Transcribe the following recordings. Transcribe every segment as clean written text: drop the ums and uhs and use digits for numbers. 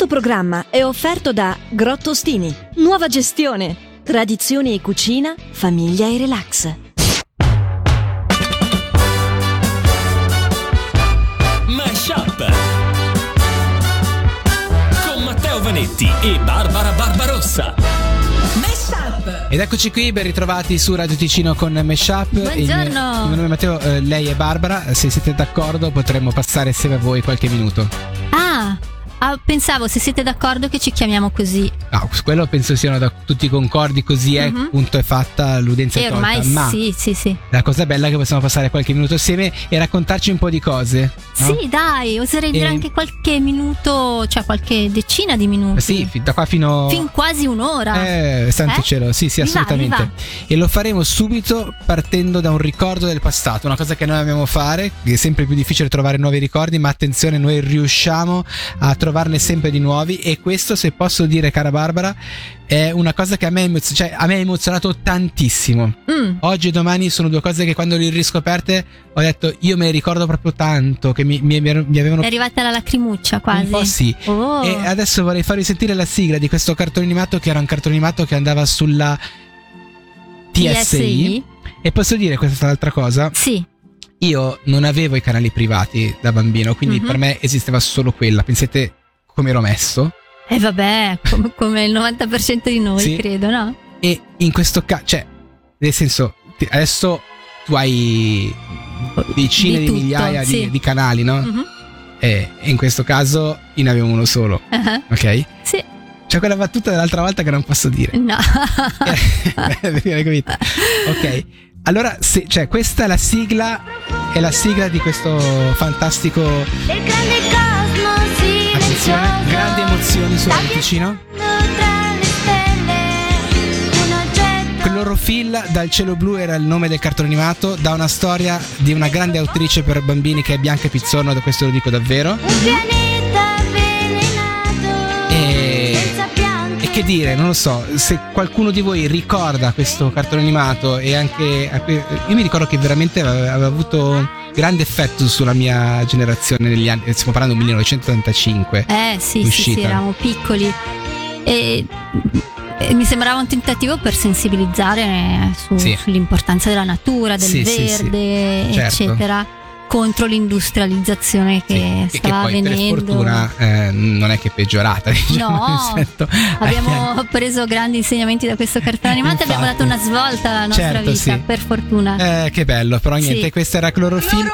Questo programma è offerto da Grottostini. Nuova gestione, tradizione e cucina, famiglia e relax. Mashup con Matteo Vanetti e Barbara Barbarossa. Ed eccoci qui, ben ritrovati su Radio Ticino con Mashup. Buongiorno. Il mio nome è Matteo, lei è Barbara. Se siete d'accordo potremmo passare insieme a voi qualche minuto. Pensavo, se siete d'accordo, che ci chiamiamo così. No, quello penso siano tutti concordi, così è, punto, è fatta, l'udenza è tolta. Ormai ma sì. la cosa bella è che possiamo passare qualche minuto assieme e raccontarci un po' di cose, no? Sì, dai, oserei dire anche qualche minuto, cioè qualche decina di minuti. Sì, da qua fino quasi un'ora. Santo cielo, sì, assolutamente. Va. E lo faremo subito partendo da un ricordo del passato, una cosa che noi amiamo fare, che è sempre più difficile trovare nuovi ricordi, ma attenzione, noi riusciamo a trovarne sempre di nuovi. E questo, se posso dire, cara Barbara, è una cosa che a me ha emozionato tantissimo. Oggi e domani sono due cose che, quando le ho riscoperte, ho detto io me le ricordo proprio tanto, che mi avevano... È arrivata la lacrimuccia quasi. Un po' sì. E adesso vorrei farvi sentire la sigla di questo cartone animato, che era un cartone animato che andava sulla TSI. E posso dire quest'altra cosa? Sì. Io non avevo i canali privati da bambino, quindi per me esisteva solo quella. Pensate come ero messo? Vabbè, come il 90% di noi, sì, credo, no? E in questo caso, cioè, nel senso, adesso tu hai decine di migliaia di canali, no? E in questo caso io ne avevo uno solo, ok? Sì. C'è quella battuta dell'altra volta che non posso dire. No. Ok. Allora, cioè, questa è la sigla di questo fantastico... Attenzione, grandi emozioni su Radio Ticino. Clorofilla dal cielo blu era il nome del cartone animato, da una storia di una grande autrice per bambini che è Bianca Pizzorno, da questo lo dico davvero. E che dire, non lo so, se qualcuno di voi ricorda questo cartone animato, e anche io mi ricordo che veramente aveva avuto grande effetto sulla mia generazione negli anni, stiamo parlando del 1985. Sì, eravamo piccoli e mi sembrava un tentativo per sensibilizzare sull'importanza della natura, del verde, certo, eccetera, contro l'industrializzazione che stava poi, avvenendo. Per fortuna non è che è peggiorata, diciamo, no, abbiamo preso grandi insegnamenti da questo cartone animato. Abbiamo dato una svolta alla nostra vita, per fortuna. Che bello, però niente, questa era Clorofilla.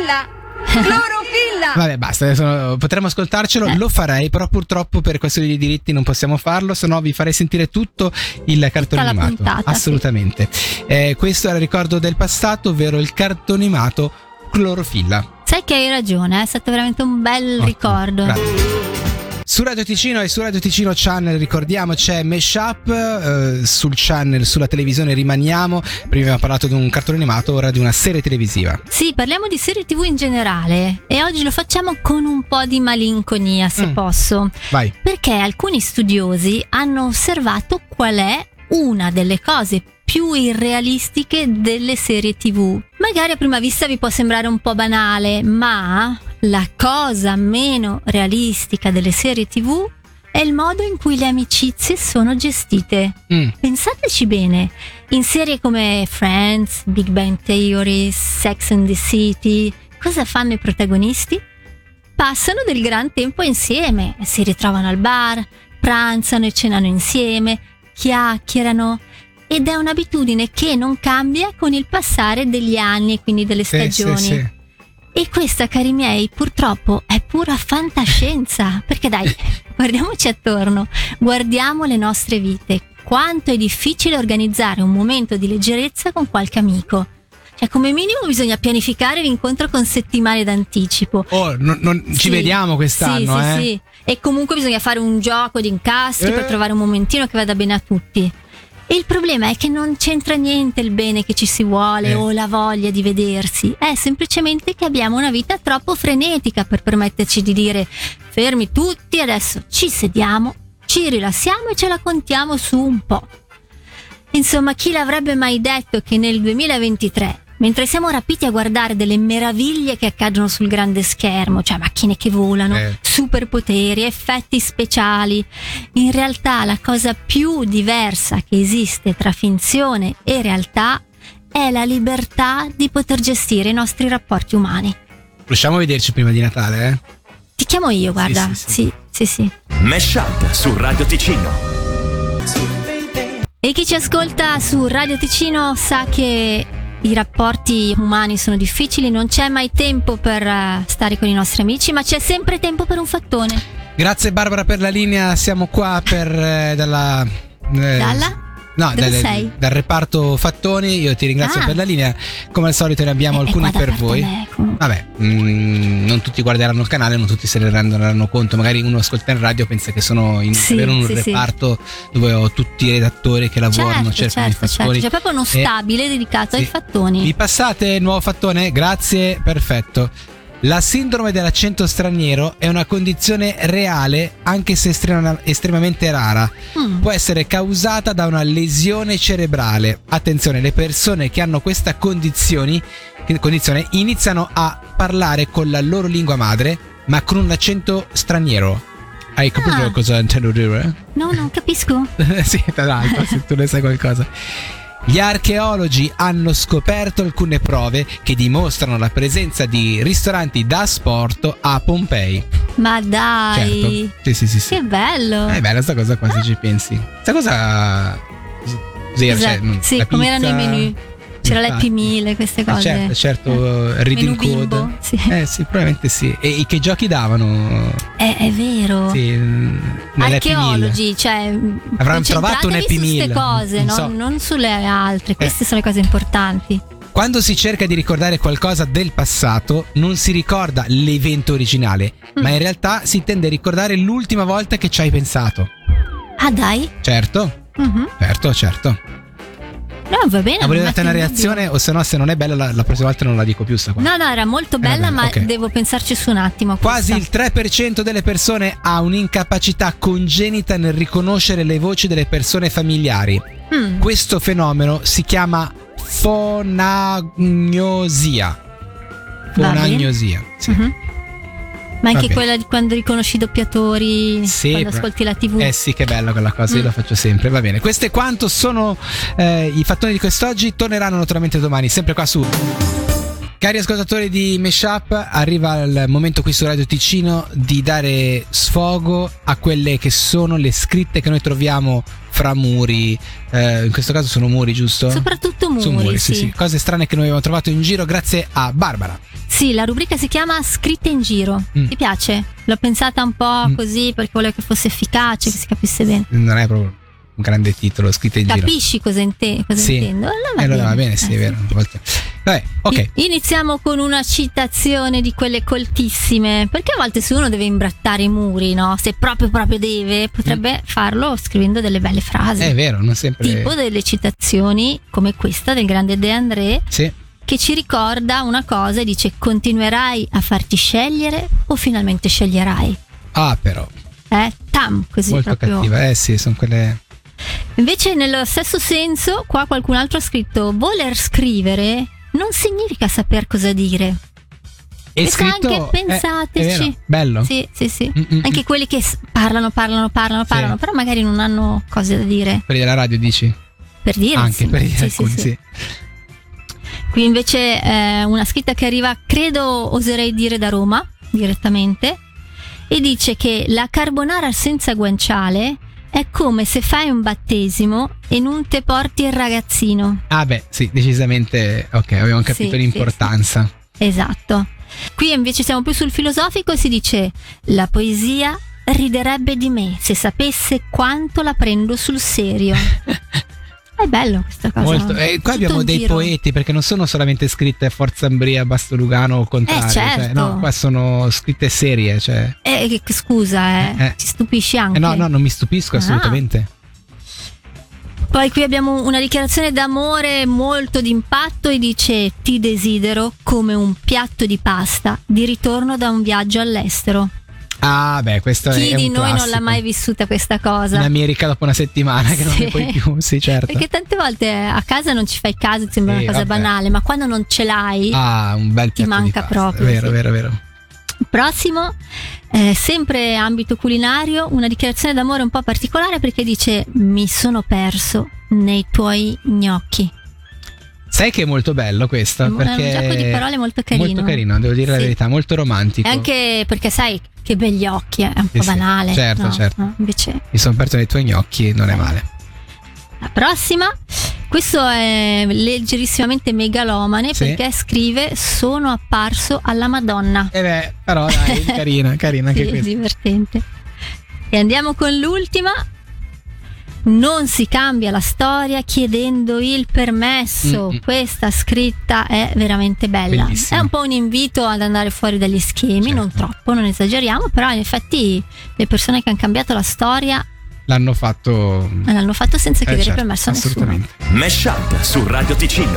Vabbè, basta, adesso potremmo ascoltarcelo, lo farei, però purtroppo per questioni di diritti non possiamo farlo, se no vi farei sentire tutto il cartone animato. Puntata, assolutamente. Questo era il ricordo del passato, ovvero il cartone animato Clorofilla. Sai che hai ragione, è stato veramente un bel ricordo. Grazie. Su Radio Ticino e su Radio Ticino Channel, ricordiamo, c'è Mashup, sul channel, sulla televisione rimaniamo. Prima abbiamo parlato di un cartone animato, ora di una serie televisiva. Sì, parliamo di serie TV in generale, e oggi lo facciamo con un po' di malinconia, se posso. Vai. Perché alcuni studiosi hanno osservato qual è una delle cose più irrealistiche delle serie TV. Magari a prima vista vi può sembrare un po' banale, ma la cosa meno realistica delle serie TV è il modo in cui le amicizie sono gestite. Pensateci bene, in serie come Friends, Big Bang Theory, Sex and the City, cosa fanno i protagonisti? Passano del gran tempo insieme, si ritrovano al bar, pranzano e cenano insieme, chiacchierano, ed è un'abitudine che non cambia con il passare degli anni e quindi delle stagioni. Sì. E questa, cari miei, purtroppo è pura fantascienza, perché dai, guardiamoci attorno, guardiamo le nostre vite, quanto è difficile organizzare un momento di leggerezza con qualche amico. Cioè, come minimo bisogna pianificare l'incontro con settimane d'anticipo. Ci vediamo quest'anno, Sì. E comunque bisogna fare un gioco di incastri per trovare un momentino che vada bene a tutti. E il problema è che non c'entra niente il bene che ci si vuole o la voglia di vedersi, è semplicemente che abbiamo una vita troppo frenetica per permetterci di dire fermi tutti, adesso ci sediamo, ci rilassiamo e ce la contiamo su un po'. Insomma, chi l'avrebbe mai detto che nel 2023 mentre siamo rapiti a guardare delle meraviglie che accadono sul grande schermo, cioè macchine che volano, superpoteri, effetti speciali, in realtà la cosa più diversa che esiste tra finzione e realtà è la libertà di poter gestire i nostri rapporti umani. Riusciamo a vederci prima di Natale, eh? Ti chiamo io, guarda. Sì. Mesh Up su Radio Ticino. E chi ci ascolta su Radio Ticino sa che i rapporti umani sono difficili, non c'è mai tempo per stare con i nostri amici, ma c'è sempre tempo per un fattone. Grazie Barbara per la linea, siamo qua per dalla? No, dove sei? Dal reparto fattoni. Io ti ringrazio per la linea. Come al solito ne abbiamo alcuni per voi. Vabbè, non tutti guarderanno il canale, non tutti se ne renderanno conto. Magari uno ascolta in radio, pensa che sono in un reparto dove ho tutti i redattori che lavorano, cercano i fattori. C'è proprio uno stabile dedicato ai fattoni. Mi passate il nuovo fattone? Grazie, perfetto. La sindrome dell'accento straniero è una condizione reale, anche se estremamente rara. Può essere causata da una lesione cerebrale. Attenzione, le persone che hanno questa condizione iniziano a parlare con la loro lingua madre, ma con un accento straniero. Hai capito cosa intendo dire? No, non capisco. Sì, tra l'altro, se tu ne sai qualcosa. Gli archeologi hanno scoperto alcune prove che dimostrano la presenza di ristoranti da sport a Pompei. Ma dai! Certo. Sì. Che bello! È bella sta cosa qua, se ci pensi. Sta cosa... Sì, come erano i menù. C'era l'Happy Meal, queste cose. Certo, Reading Code. Bimbo, sì. Sì, probabilmente sì. E che giochi davano? È vero. Sì, archeologi, cioè avranno trovato un Happy Meal. Su queste cose, non sulle altre. Queste sono le cose importanti. Quando si cerca di ricordare qualcosa del passato, non si ricorda l'evento originale, ma in realtà si tende a ricordare l'ultima volta che ci hai pensato. Ah, dai? Certo. Certo. No, va bene. Volevo dare una reazione, o se no, se non è bella la prossima volta non la dico più sta qua. No, era molto bella, ma devo pensarci su un attimo. Quasi il 3% delle persone ha un'incapacità congenita nel riconoscere le voci delle persone familiari. Questo fenomeno si chiama fonagnosia. Sì. Ma anche quella di quando riconosci i doppiatori, quando ascolti la TV. Sì, che bella quella cosa, io la faccio sempre, va bene. Questo è quanto sono i fattoni di quest'oggi, torneranno naturalmente domani, sempre qua su. Cari ascoltatori di Mesh Up, arriva il momento qui su Radio Ticino di dare sfogo a quelle che sono le scritte che noi troviamo fra muri. In questo caso sono muri, giusto? Soprattutto muri, sì. Cose strane che noi abbiamo trovato in giro grazie a Barbara. Sì, la rubrica si chiama Scritte in giro. Ti piace? L'ho pensata un po' così perché volevo che fosse efficace, che si capisse bene. Non è proprio un grande titolo, Scritte in giro. Capisci cosa intendo? Allora va bene, sì, è vero. Vabbè, ok. Iniziamo con una citazione di quelle coltissime, perché a volte se uno deve imbrattare i muri, no? Se proprio deve, potrebbe farlo scrivendo delle belle frasi. È vero, non sempre. Tipo delle citazioni come questa del grande De André. Sì. Che ci ricorda una cosa e dice: continuerai a farti scegliere o finalmente sceglierai? Ah, però. Così molto proprio cattiva, sì, sono quelle. Invece nello stesso senso qua qualcun altro ha scritto: voler scrivere non significa saper cosa dire. È scritto, anche pensateci. Bello. Sì. Anche quelli che parlano, però magari non hanno cose da dire. Quelli della radio dici? Per dire. Anche per dire alcuni, sì. Qui invece una scritta che arriva, credo oserei dire da Roma, direttamente, e dice che la carbonara senza guanciale è come se fai un battesimo e non te porti il ragazzino. Ah beh, sì, decisamente, ok, abbiamo capito l'importanza. Sì. Esatto. Qui invece siamo più sul filosofico e si dice: la poesia riderebbe di me se sapesse quanto la prendo sul serio. È bello questa cosa. Molto. Qua abbiamo dei poeti, perché non sono solamente scritte Forza Ambria, Basto Lugano o contrario. Certo. Cioè, no, qua sono scritte serie. Cioè. Scusa, ti stupisci anche? No, non mi stupisco assolutamente. Poi qui abbiamo una dichiarazione d'amore molto d'impatto e dice: ti desidero come un piatto di pasta di ritorno da un viaggio all'estero. Ah, beh, questo Chi è di un noi non classico. l'ha mai vissuta questa cosa? In America dopo una settimana che non Sì. ne puoi più, sì, certo. Perché tante volte a casa non ci fai caso, ti sembra una cosa vabbè. banale, ma quando non ce l'hai, Ah, un bel ti piatto di manca pasta. proprio, Vero, sì. vero. Prossimo, sempre ambito culinario, una dichiarazione d'amore un po' particolare perché dice: mi sono perso nei tuoi gnocchi. Sai che è molto bello questo? È un Perché gioco di parole molto carino. Molto carino, devo dire la Sì. verità, molto romantico. E anche perché sai che begli occhi, è un po' Sì, banale. certo, no? certo. No, invece Mi sono perso nei tuoi gnocchi, non è male. la prossima, questo è leggerissimamente megalomane Sì. perché scrive: sono apparso alla Madonna. E beh, però dai, carina anche Sì, questa. divertente. E andiamo con l'ultima. Non si cambia la storia chiedendo il permesso. Questa scritta è veramente bella. Bellissima. È un po' un invito ad andare fuori dagli schemi, Certo. non troppo, non esageriamo, però in effetti le persone che hanno cambiato la storia L'hanno fatto l'hanno fatto senza chiedere certo, permesso a nessuno. assolutamente. Mesh Up su Radio Ticino.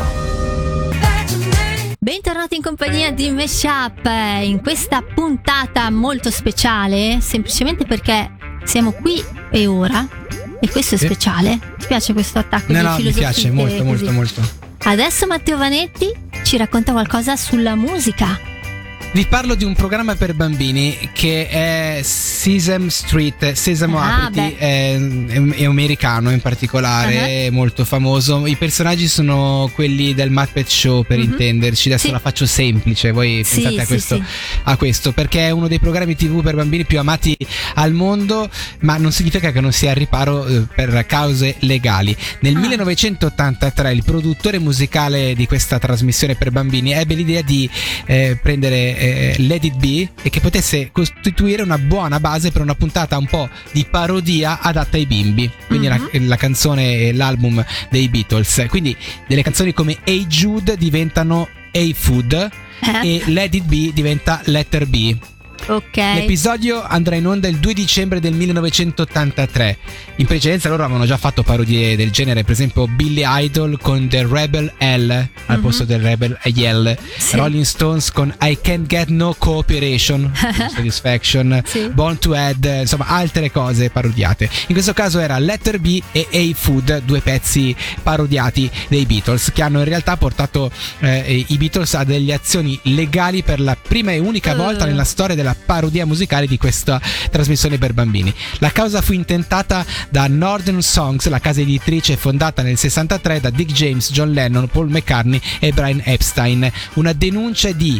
Bentornati in compagnia di Meshup in questa puntata molto speciale, semplicemente perché siamo qui e ora, e questo è Sì. speciale. Ti piace questo attacco di No, mi filosofia? piace molto. Adesso Matteo Vanetti ci racconta qualcosa sulla musica. Vi parlo di un programma per bambini che è Sesame Street, Sesamo Ah, Apriti, è americano in particolare, è molto famoso. I personaggi sono quelli del Muppet Show, per intenderci. Adesso Sì. la faccio semplice, voi Sì, pensate a sì, questo, sì. a questo, perché è uno dei programmi TV per bambini più amati al mondo, ma non significa che non sia al riparo per cause legali. Nel 1983 il produttore musicale di questa trasmissione per bambini ebbe l'idea di prendere Let It Be e che potesse costituire una buona base per una puntata un po' di parodia adatta ai bimbi, quindi la canzone e l'album dei Beatles, quindi delle canzoni come Hey Jude diventano Hey Food e Let It Be diventa Letter B. Ok. L'episodio andrà in onda il 2 dicembre del 1983. In precedenza loro avevano già fatto parodie del genere, per esempio Billy Idol con The Rebel L al posto del Rebel Yell, Sì. Rolling Stones con I Can't Get No Cooperation, Satisfaction, Sì. Born to Head, insomma altre cose parodiate. In questo caso era Letter B e Hey Food, due pezzi parodiati dei Beatles, che hanno in realtà portato i Beatles a delle azioni legali per la prima e unica volta nella storia della parodia musicale di questa trasmissione per bambini. La causa fu intentata da Northern Songs, la casa editrice fondata nel 63 da Dick James, John Lennon, Paul McCartney e Brian Epstein. Una denuncia di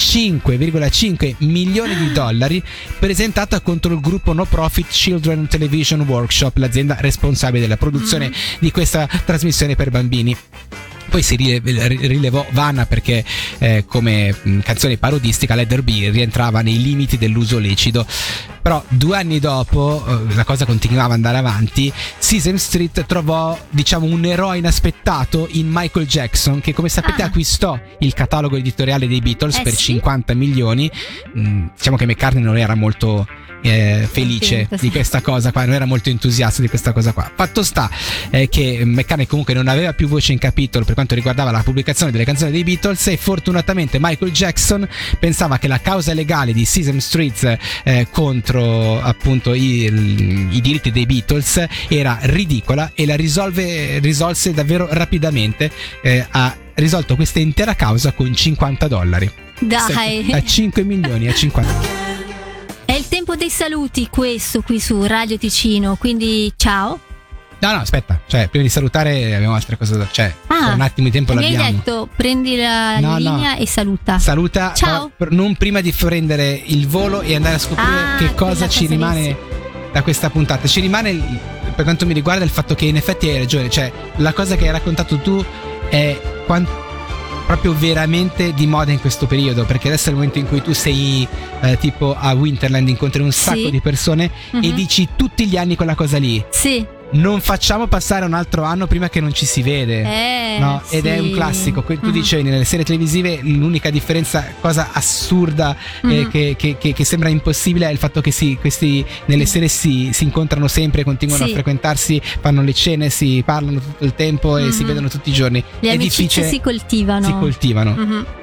5,5 milioni di dollari presentata contro il gruppo no profit Children Television Workshop, l'azienda responsabile della produzione di questa trasmissione per bambini. Poi si rilevò vana perché come canzone parodistica Let There Be rientrava nei limiti dell'uso lecito. Però 2 anni dopo la cosa continuava ad andare avanti. Sesame Street trovò, diciamo, un eroe inaspettato in Michael Jackson, che come sapete acquistò il catalogo editoriale dei Beatles per 50 milioni. Diciamo che McCartney non era molto felice di questa cosa qua, non era molto entusiasta di questa cosa qua. Fatto sta che McCartney comunque non aveva più voce in capitolo per quanto riguardava la pubblicazione delle canzoni dei Beatles, e fortunatamente Michael Jackson pensava che la causa legale di Sesame Street contro appunto i diritti dei Beatles era ridicola e la risolse davvero rapidamente. Ha risolto questa intera causa con $50. Dai. Da 5 milioni a 50. È il tempo dei saluti, questo qui su Radio Ticino, quindi ciao. No, aspetta, cioè prima di salutare abbiamo altre cose da... Cioè, per un attimo di tempo mi l'abbiamo. hai detto prendi la linea e saluta. Saluta, ciao. Non prima di prendere il volo e andare a scoprire che cosa ci rimane da questa puntata. Ci rimane, per quanto mi riguarda, il fatto che in effetti hai ragione, cioè la cosa che hai raccontato tu è proprio veramente di moda in questo periodo, perché adesso è il momento in cui tu sei tipo a Winterland, incontri un sacco di persone e dici tutti gli anni quella cosa lì. Sì. Non facciamo passare un altro anno prima che non ci si vede, no? Ed è un classico. Tu dicevi nelle serie televisive l'unica differenza, cosa assurda che sembra impossibile, è il fatto che questi nelle serie si incontrano sempre, continuano a frequentarsi, fanno le cene, si parlano tutto il tempo e si vedono tutti i giorni. Le è amicizie difficile, si coltivano.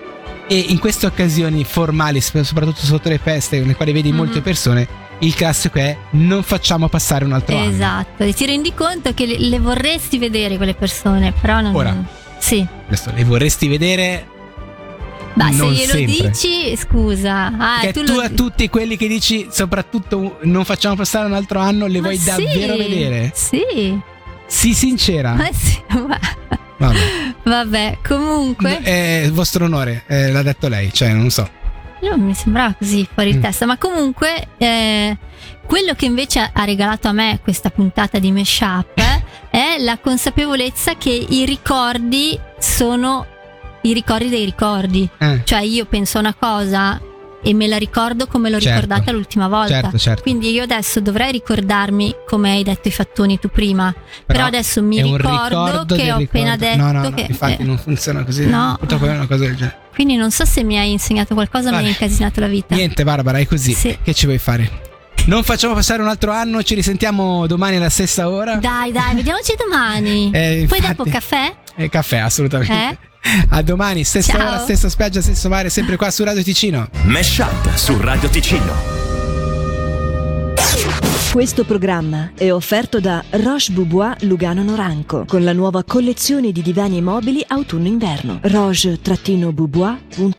E in queste occasioni formali, soprattutto sotto le feste, nelle quali vedi molte persone, il classico è: non facciamo passare un altro anno. Esatto, e ti rendi conto che le vorresti vedere quelle persone, però non... Ora, sì. Adesso le vorresti vedere. Ma se non glielo sempre. dici, scusa. Che tu a tutti quelli che dici, soprattutto non facciamo passare un altro anno, le vuoi davvero vedere? Sì. Sii sincera. Ma sì, vabbè, comunque. È vostro onore, l'ha detto lei, cioè non so. Non mi sembrava così fuori testa, ma comunque quello che invece ha regalato a me questa puntata di Mashup è la consapevolezza che i ricordi sono i ricordi dei ricordi. Cioè io penso a una cosa e me la ricordo come l'ho ricordata l'ultima volta. Certo. Quindi io adesso dovrei ricordarmi, come hai detto i fattoni tu prima, però adesso mi ricordo che ho appena detto no, che infatti non funziona così. No. Purtroppo è una cosa del genere. Quindi non so se mi hai insegnato qualcosa, mi hai incasinato la vita. Niente Barbara, è così. Sì. Che ci vuoi fare? Non facciamo passare un altro anno, ci risentiamo domani alla stessa ora. Dai, vediamoci domani. Poi Infatti, dopo caffè? Caffè, assolutamente. A domani, stessa ora, stessa spiaggia, stesso mare, sempre qua su Radio Ticino. Mashup su Radio Ticino. Questo programma è offerto da Roche Bobois Lugano Noranco con la nuova collezione di divani e mobili autunno-inverno. roche-bobois.it